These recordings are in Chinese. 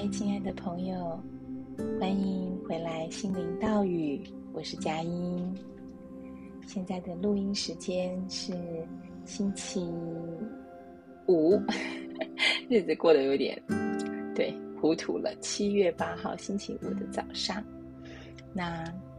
嗨，亲爱的朋友，欢迎回来心灵道语，我是佳音。现在的录音时间是星期五，日子过得有点糊涂了。7月8号星期五的早上。那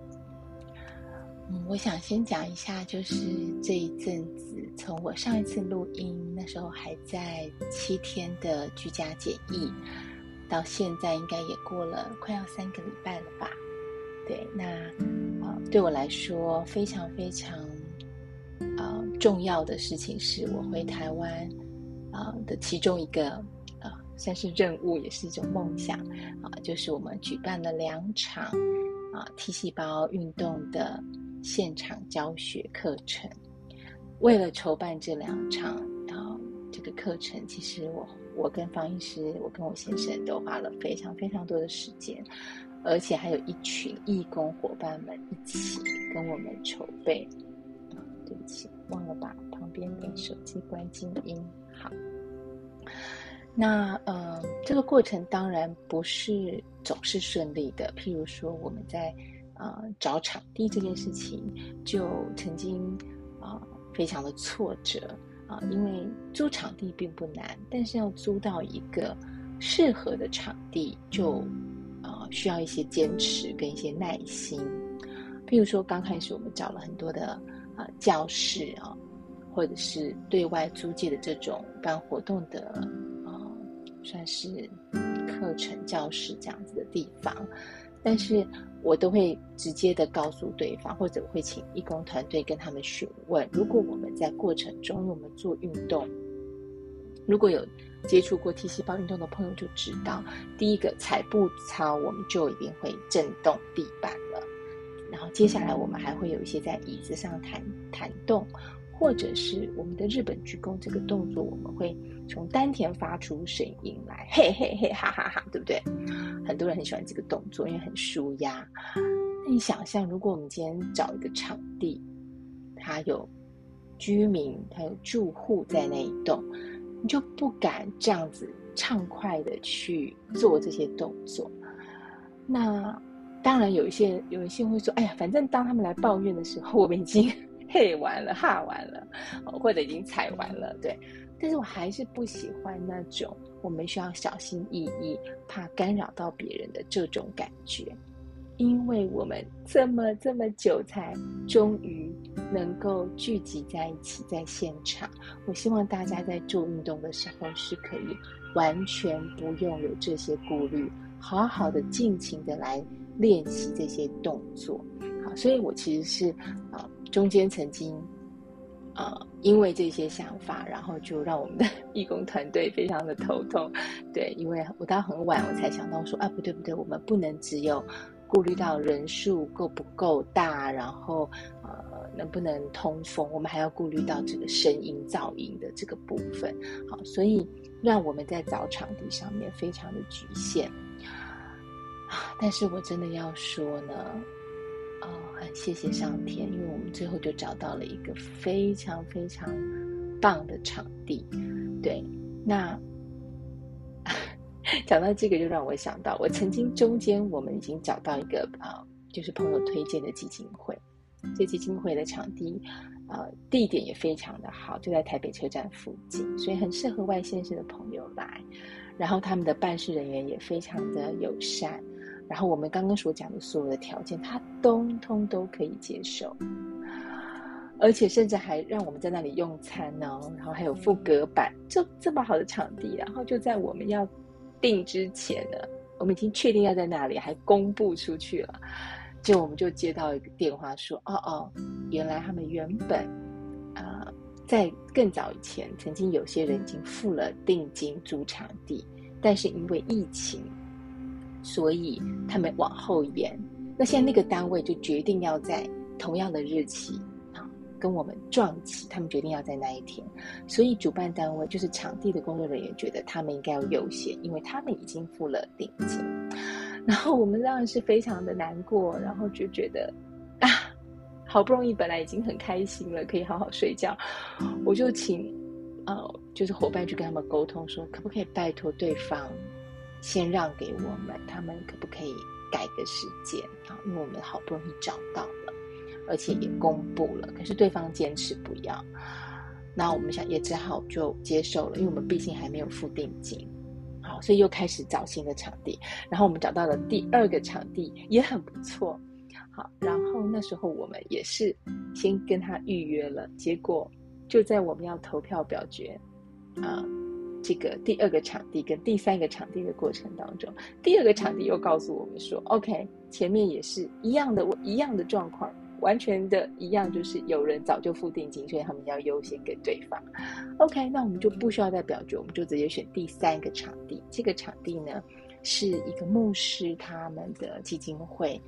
我想先讲一下，就是这一阵子，从我上一次录音，那时候还在7天的居家检疫，到现在应该也过了快要3个礼拜了吧。对，那对我来说非常非常重要的事情是，我回台湾的其中一个算是任务，也是一种梦想就是我们举办了2场T 细胞运动的现场教学课程。为了筹办这2场这个课程，其实我跟方医师，我跟我先生都花了非常非常多的时间，而且还有一群义工伙伴们一起跟我们筹备。对不起，忘了把旁边的手机关静音。好，那这个过程当然不是总是顺利的。譬如说我们在找场地这件事情，就曾经非常的挫折因为租场地并不难，但是要租到一个适合的场地，就需要一些坚持跟一些耐心。譬如说刚开始我们找了很多的教室或者是对外租借的这种办活动的算是课程教室这样子的地方，但是我都会直接的告诉对方，或者我会请义工团队跟他们询问，如果我们在过程中，因为我们做运动，如果有接触过 T 细胞运动的朋友就知道，第一个踩步操我们就一定会震动地板了，然后接下来我们还会有一些在椅子上弹动，或者是我们的日本鞠躬这个动作，我们会从丹田发出声音来，嘿嘿嘿哈哈哈，对不对？很多人很喜欢这个动作，因为很舒压。那你想象，如果我们今天找一个场地，它有居民，它有住户在那一栋，你就不敢这样子畅快的去做这些动作。那当然有一些人会说，哎呀，反正当他们来抱怨的时候，我们已经嘿完了哈完了或者已经踩完了，对。但是我还是不喜欢那种我们需要小心翼翼，怕干扰到别人的这种感觉。因为我们这么久才终于能够聚集在一起，在现场，我希望大家在做运动的时候是可以完全不用有这些顾虑，好好的尽情的来练习这些动作。好，所以我其实是中间曾经因为这些想法，然后就让我们的义工团队非常的头痛。对，因为我到很晚我才想到说不对，我们不能只有顾虑到人数够不够大，然后能不能通风，我们还要顾虑到这个声音噪音的这个部分。好，所以让我们在找场地上面非常的局限但是我真的要说呢很谢谢上天，因为我们最后就找到了一个非常非常棒的场地。对，那讲到这个就让我想到，我曾经中间我们已经找到一个就是朋友推荐的基金会，这基金会的场地地点也非常的好，就在台北车站附近，所以很适合外县市的朋友来，然后他们的办事人员也非常的友善，然后我们刚刚所讲的所有的条件他通通都可以接受，而且甚至还让我们在那里用餐然后还有附隔板，就这么好的场地，然后就在我们要定之前呢，我们已经确定要在那里，还公布出去了，结果我们就接到一个电话说原来他们原本在更早以前曾经有些人已经付了定金租场地，但是因为疫情所以他们往后延，那现在那个单位就决定要在同样的日期跟我们撞期，他们决定要在那一天，所以主办单位就是场地的工作人员觉得他们应该要优先，因为他们已经付了定金。然后我们当然是非常的难过，然后就觉得好不容易本来已经很开心了，可以好好睡觉，我就请就是伙伴去跟他们沟通说，可不可以拜托对方先让给我们，他们可不可以改个时间啊？因为我们好不容易找到了，而且也公布了，可是对方坚持不要，那我们想也只好就接受了，因为我们毕竟还没有付定金。好，所以又开始找新的场地，然后我们找到了第2个场地，也很不错。好，然后那时候我们也是先跟他预约了，结果就在我们要投票表决这个第2个场地跟第3个场地的过程当中，第2个场地又告诉我们说 OK， 前面也是一样的状况，完全的一样，就是有人早就付定金，所以他们要优先给对方。OK， 那我们就不需要再表决，我们就直接选第3个场地。这个场地呢是一个牧师他们的基金会。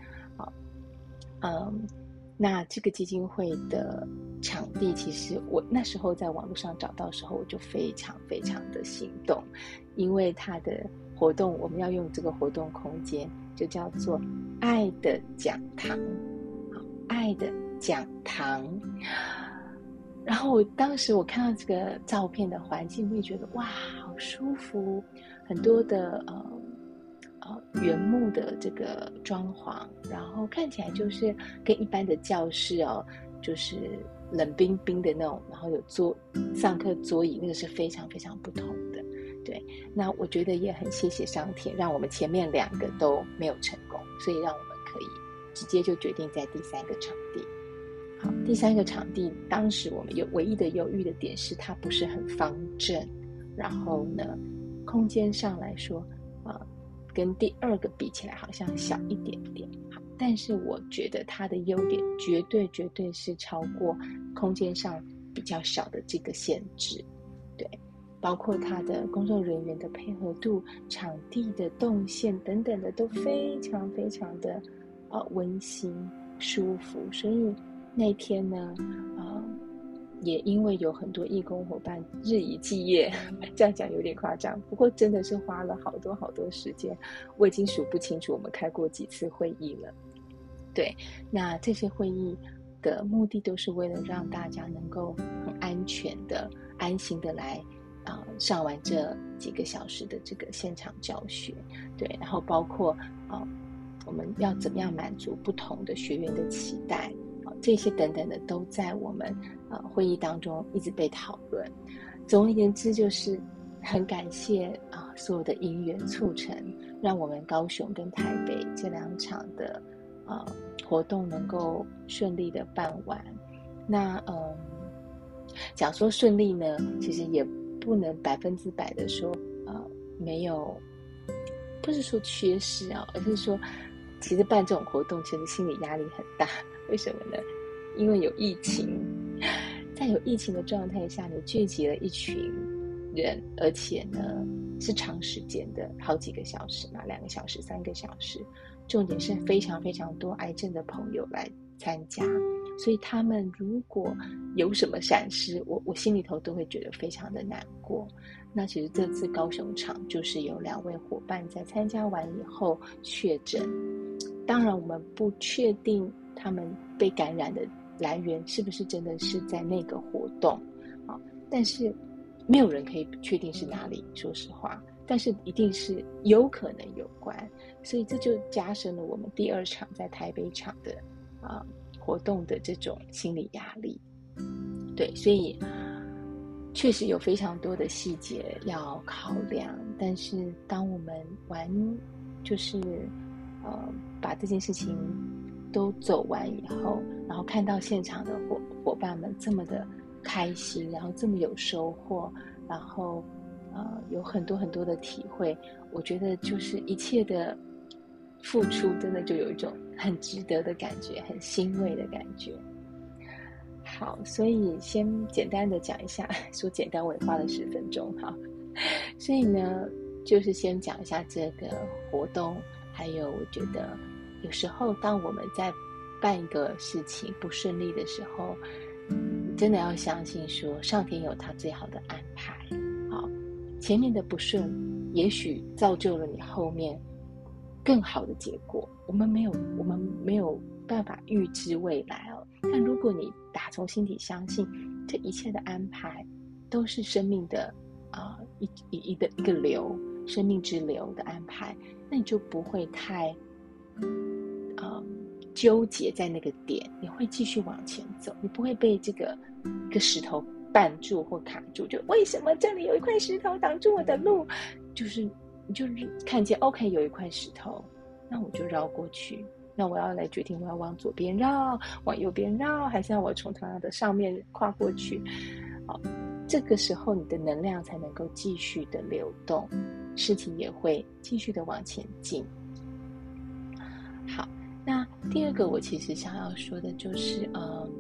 那这个基金会的场地，其实我那时候在网络上找到的时候，我就非常非常的心动，因为它的活动，我们要用这个活动空间，就叫做爱的讲堂。爱的讲堂。然后当时我看到这个照片的环境，会觉得哇，好舒服，很多的原木的这个装潢，然后看起来就是跟一般的教室就是冷冰冰的那种，然后有上课桌椅，那个是非常非常不同的。对，那我觉得也很谢谢上天，让我们前面2个都没有成功，所以让我们可以直接就决定在第3个场地。好，第3个场地，当时我们唯一的犹豫的点是它不是很方正，然后呢，空间上来说，跟第2个比起来好像小一点点。好，但是我觉得它的优点绝对是超过空间上比较小的这个限制。对，包括它的工作人员的配合度、场地的动线等等的都非常非常的温馨舒服。所以那天呢也因为有很多义工伙伴日以继夜，这样讲有点夸张，不过真的是花了好多时间，我已经数不清楚我们开过几次会议了。对，那这些会议的目的都是为了让大家能够很安全的、安心的来上完这几个小时的这个现场教学。对，然后包括我们要怎么样满足不同的学员的期待，这些等等的都在我们会议当中一直被讨论。总而言之，就是很感谢所有的因缘促成，让我们高雄跟台北这2场的活动能够顺利的办完。那讲说顺利呢，其实也不能100%的说没有，不是说缺失而是说其实办这种活动其实心理压力很大。为什么呢？因为有疫情，在有疫情的状态下，你聚集了一群人，而且呢是长时间的，好几个小时嘛，2个小时、3个小时，重点是非常非常多癌症的朋友来参加，所以他们如果有什么闪失，我心里头都会觉得非常的难过。那其实这次高雄场就是有2位伙伴在参加完以后确诊，当然我们不确定他们被感染的来源是不是真的是在那个活动但是没有人可以确定是哪里，说实话，但是一定是有可能有关，所以这就加深了我们第2场在台北场的活动的这种心理压力。对，所以确实有非常多的细节要考量，但是当我们就是把这件事情都走完以后，然后看到现场的伙伴们这么的开心，然后这么有收获，然后有很多很多的体会，我觉得就是一切的付出真的就有一种很值得的感觉，很欣慰的感觉。好，所以先简单的讲一下，说简单我也花了10分钟所以呢就是先讲一下这个活动，还有我觉得有时候当我们在办一个事情不顺利的时候，真的要相信说上天有他最好的安排。前面的不顺也许造就了你后面更好的结果，我们没有办法预知未来但如果你打从心底相信这一切的安排都是生命的一个流， 生命之流的安排，那你就不会太纠结在那个点，你会继续往前走，你不会被这个一个石头绊住或卡住，就为什么这里有一块石头挡住我的路？就是你就是看见 OK 有一块石头，那我就绕过去。那我要来决定我要往左边绕，往右边绕，还是要我从它的上面跨过去？好，这个时候你的能量才能够继续的流动，事情也会继续的往前进。好，那第二个我其实想要说的就是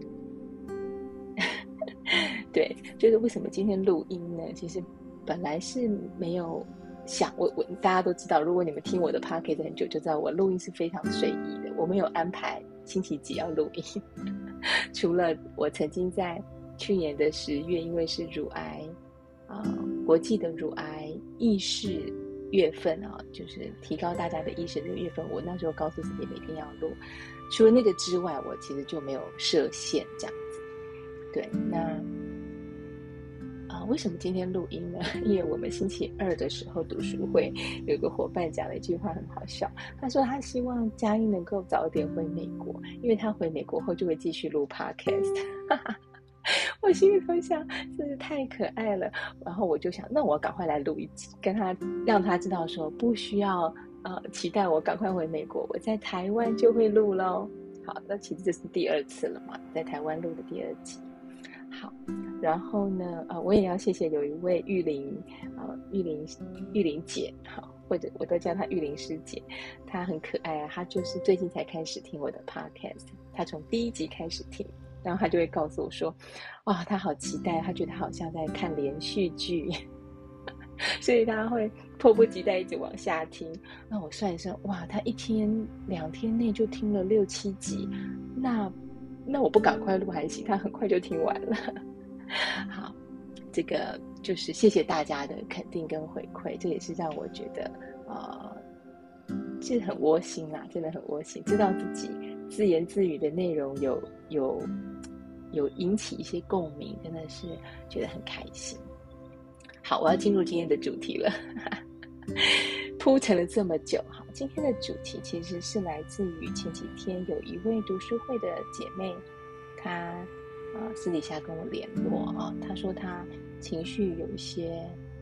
对，就是为什么今天录音呢？其实本来是没有想，我大家都知道，如果你们听我的 podcast 很久，就知道我录音是非常随意的，我没有安排星期几要录音。除了我曾经在去年的10月，因为是乳癌国际的乳癌意识月份就是提高大家的意识的月份，我那时候告诉自己每天要录。除了那个之外，我其实就没有设限这样子。对，那为什么今天录音呢？因为我们星期2的时候读书会，有个伙伴讲了一句话很好笑，他说他希望佳音能够早点回美国，因为他回美国后就会继续录 podcast。我心里头想，真是太可爱了。然后我就想，那我赶快来录一集，跟他让他知道说，不需要期待我赶快回美国，我在台湾就会录咯。好，那其实这是第2次了嘛，在台湾录的第2集。好，然后呢，我也要谢谢有一位玉玲姐，好，或者我都叫她玉玲师姐，她很可爱啊，她就是最近才开始听我的 podcast， 她从第1集开始听，然后她就会告诉我说，哇，她好期待，她觉得好像在看连续剧，所以她会迫不及待一直往下听。那我算一算，哇，她1天2天内就听了6、7集，那我不赶快录还行，他很快就听完了。好，这个就是谢谢大家的肯定跟回馈，这也是让我觉得这很窝心啦，真的很窝心，知道自己自言自语的内容有引起一些共鸣，真的是觉得很开心。好，我要进入今天的主题了。铺陈了这么久，好，今天的主题其实是来自于前几天有一位读书会的姐妹，她私底下跟我联络她说她情绪有一些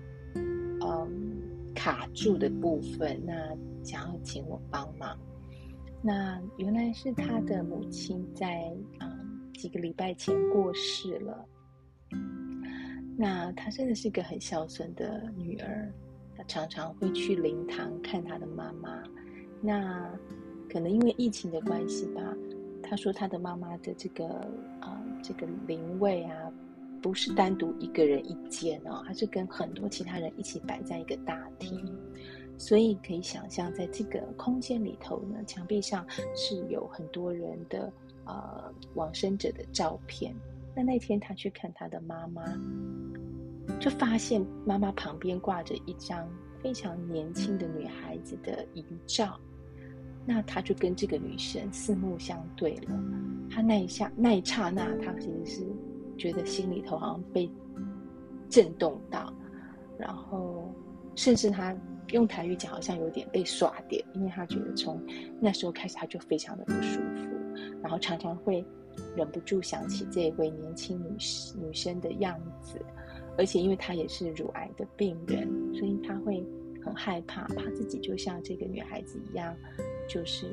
卡住的部分，那想要请我帮忙。那原来是她的母亲在几个礼拜前过世了。那她真的是一个很孝顺的女儿，她常常会去灵堂看她的妈妈。那可能因为疫情的关系吧，她说她的妈妈的这个灵位不是单独一个人一间她是跟很多其他人一起摆在一个大厅，所以可以想象在这个空间里头呢，墙壁上是有很多人的往生者的照片。那天她去看她的妈妈，就发现妈妈旁边挂着一张非常年轻的女孩子的遗照，那她就跟这个女生四目相对了。她那一刹那，她其实是觉得心里头好像被震动到，然后甚至她用台语讲好像有点被耍点，因为她觉得从那时候开始她就非常的不舒服，然后常常会忍不住想起这位年轻女生的样子，而且因为她也是乳癌的病人，所以她会很害怕自己就像这个女孩子一样，就是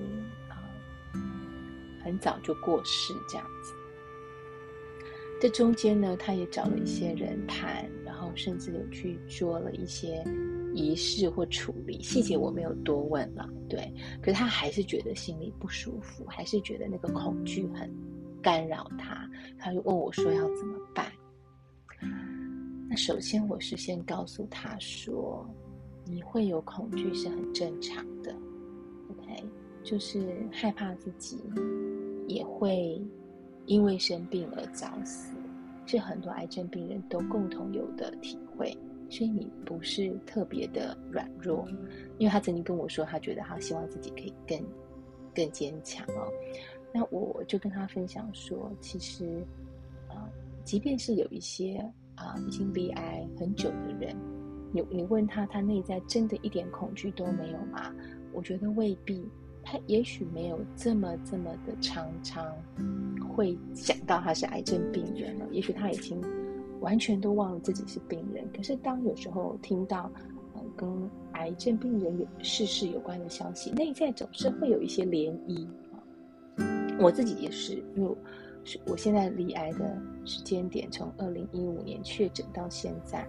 很早就过世这样子。这中间呢，她也找了一些人谈，然后甚至有去做了一些仪式或处理，细节我没有多问了，对。可是她还是觉得心里不舒服，还是觉得那个恐惧很干扰她，她就问我说要怎么办。那首先我是先告诉她说，你会有恐惧是很正常的 ，OK， 就是害怕自己也会因为生病而早死，是很多癌症病人都共同有的体会，所以你不是特别的软弱。因为他曾经跟我说，他觉得他希望自己可以更坚强那我就跟他分享说，其实即便是有一些已经罹癌很久的人， 你问他内在真的一点恐惧都没有吗？我觉得未必，他也许没有这么的常常会想到他是癌症病人了，也许他已经完全都忘了自己是病人。可是当有时候听到跟癌症病人逝世有关的消息，内在总是会有一些涟漪。我自己也是，因为我现在罹癌的时间点从2015年确诊到现在，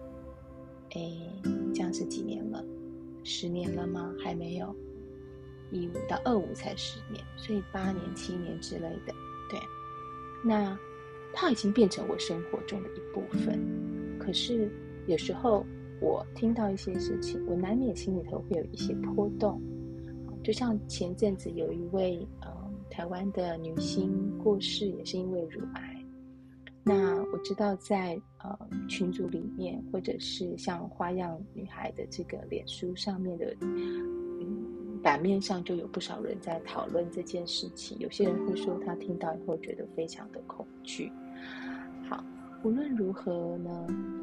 这样是几年了？10年了吗？还没有，15到25才10年，所以8年7年之类的。对，那它已经变成我生活中的一部分。可是有时候我听到一些事情，我难免心里头会有一些波动。就像前阵子有一位台湾的女星过世，也是因为乳癌。那我知道在群组里面，或者是像花样女孩的这个脸书上面的版面上，就有不少人在讨论这件事情。有些人会说他听到以后觉得非常的恐惧。好，无论如何呢，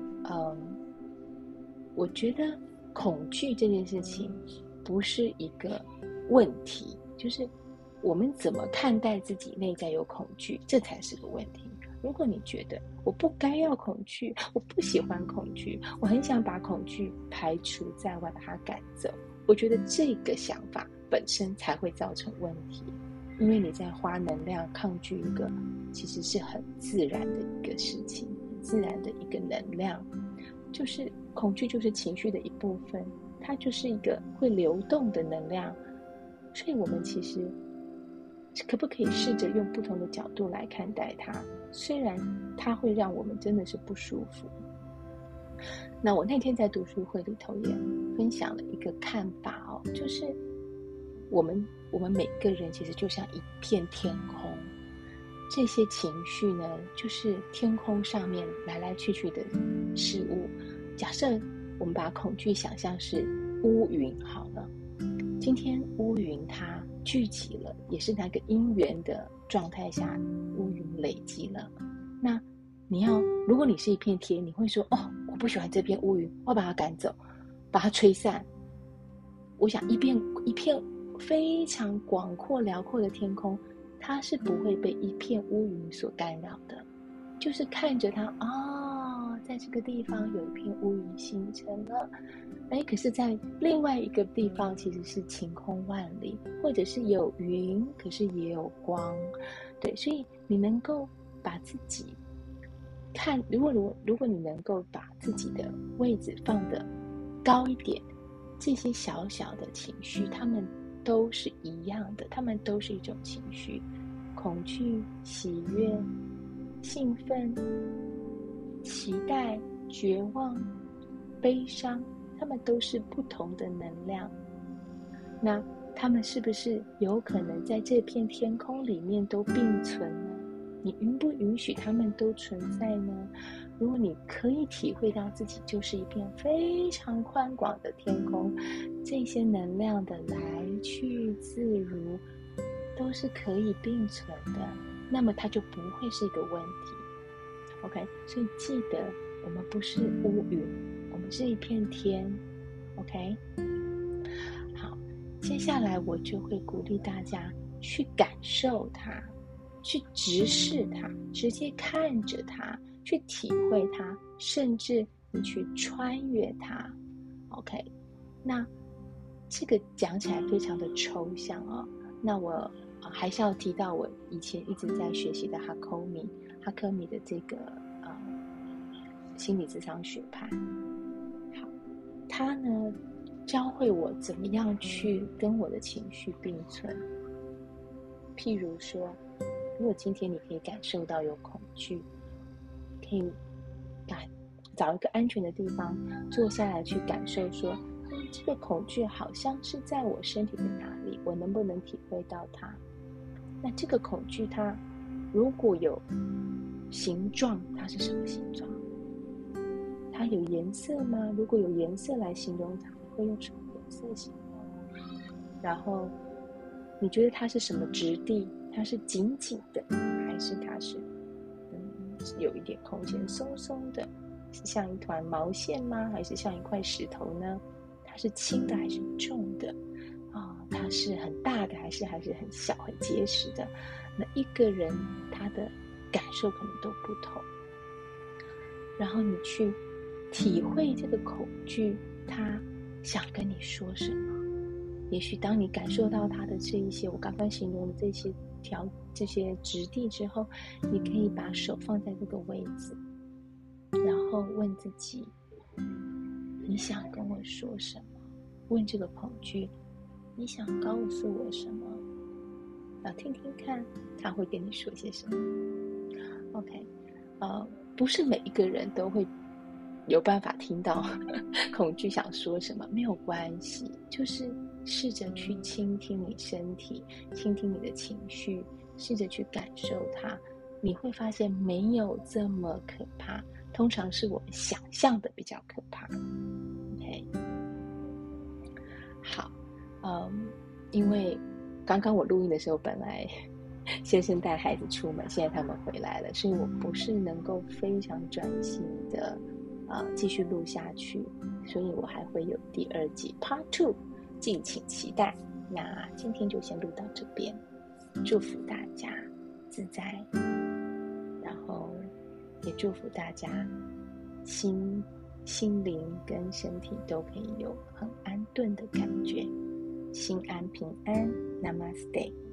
我觉得恐惧这件事情不是一个问题，就是我们怎么看待自己内在有恐惧，这才是个问题。如果你觉得我不该要恐惧，我不喜欢恐惧，我很想把恐惧排除在外，把它赶走，我觉得这个想法本身才会造成问题。因为你在花能量抗拒一个其实是很自然的一个事情，很自然的一个能量，就是恐惧就是情绪的一部分，它就是一个会流动的能量。所以我们其实可不可以试着用不同的角度来看待它，虽然它会让我们真的是不舒服。那我那天在读书会里头也分享了一个看法就是我们每个人其实就像一片天空，这些情绪呢就是天空上面来来去去的事物。假设我们把恐惧想象是乌云好了，今天乌云它聚集了，也是那个因缘的状态下，乌云累积了。那如果你是一片天，你会说我不喜欢这片乌云，我要把它赶走，把它吹散。我想一片非常广阔辽阔的天空，它是不会被一片乌云所干扰的。就是看着它在这个地方有一片乌云形成了，可是在另外一个地方其实是晴空万里，或者是有云，可是也有光。对，所以你能够把自己如果你能够把自己的位置放得高一点，这些小小的情绪它们都是一样的，它们都是一种情绪，恐惧、喜悦、兴奋、期待、绝望、悲伤，它们都是不同的能量。那它们是不是有可能在这片天空里面都并存呢？你允不允许它们都存在呢？如果你可以体会到自己就是一片非常宽广的天空，这些能量的来去自如都是可以并存的，那么它就不会是一个问题。OK， 所以记得我们不是乌云，我们是一片天。OK， 好，接下来我就会鼓励大家去感受它，去直视它，直接看着它，去体会它，甚至你去穿越它。OK， 那这个讲起来非常的抽象那我还是要提到我以前一直在学习的哈科米的这个心理咨商学派。好，他呢教会我怎么样去跟我的情绪并存。譬如说，如果今天你可以感受到有恐惧，可以找一个安全的地方坐下来去感受说，这个恐惧好像是在我身体的哪里，我能不能体会到它？那这个恐惧它如果有形状，它是什么形状？它有颜色吗？如果有颜色来形容它，你会用什么颜色形容？然后你觉得它是什么质地？它是紧紧的，还是它是有一点空间松松的？ 是像一团毛线吗？还是像一块石头呢？它是轻的还是重的？它是很大的还是很小很结实的？那一个人他的感受可能都不同。然后你去体会这个恐惧，他想跟你说什么？也许当你感受到他的这一些我刚刚形容的这些质地之后，你可以把手放在这个位置，然后问自己，你想跟我说什么？问这个恐惧，你想告诉我什么？要听听看他会跟你说些什么。 OK， 不是每一个人都会有办法听到恐惧想说什么，没有关系，就是试着去倾听你身体，倾听你的情绪，试着去感受它，你会发现没有这么可怕，通常是我们想象的比较可怕。 OK， 好，因为刚刚我录音的时候本来先生带孩子出门，现在他们回来了，所以我不是能够非常专心的继续录下去，所以我还会有第二集 Part 2， 敬请期待。那今天就先录到这边，祝福大家自在，然后也祝福大家心灵跟身体都可以有很安顿的感觉，心安平安 Namaste。